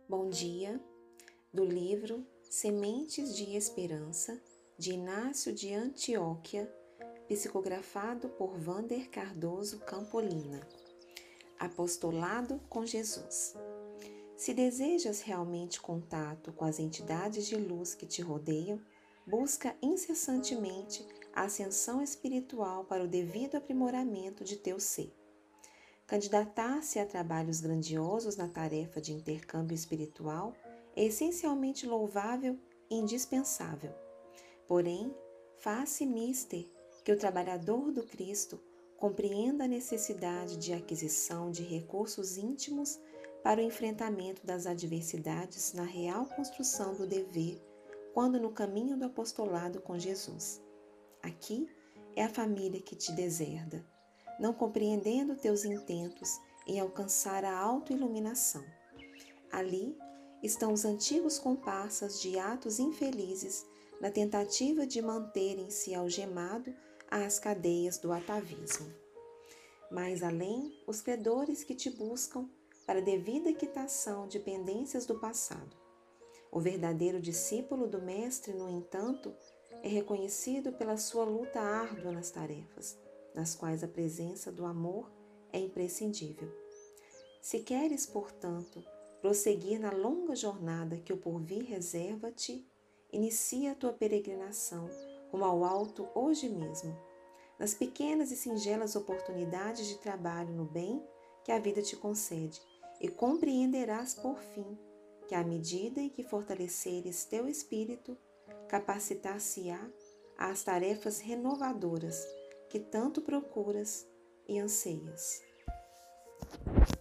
Bom dia, do livro Sementes de Esperança, de Inácio de Antioquia, psicografado por Wander Cardoso Campolina. Apostolado com Jesus. Se desejas realmente contato com as entidades de luz que te rodeiam, busca incessantemente a ascensão espiritual para o devido aprimoramento de teu ser. Candidatar-se a trabalhos grandiosos na tarefa de intercâmbio espiritual é essencialmente louvável e indispensável. Porém, faz-se mister que o trabalhador do Cristo compreenda a necessidade de aquisição de recursos íntimos para o enfrentamento das adversidades na real construção do dever, quando no caminho do apostolado com Jesus. Aqui é a família que te deserda, não compreendendo teus intentos em alcançar a autoiluminação. Ali estão os antigos comparsas de atos infelizes na tentativa de manterem-se algemado às cadeias do atavismo. Mais além, os credores que te buscam para devida quitação de pendências do passado. O verdadeiro discípulo do Mestre, no entanto, é reconhecido pela sua luta árdua nas tarefas, nas quais a presença do amor é imprescindível. Se queres, portanto, prosseguir na longa jornada que o porvir reserva-te, inicia a tua peregrinação rumo ao alto hoje mesmo, nas pequenas e singelas oportunidades de trabalho no bem que a vida te concede, e compreenderás por fim que à medida em que fortaleceres teu espírito, capacitar-se-á às tarefas renovadoras que tanto procuras e anseias.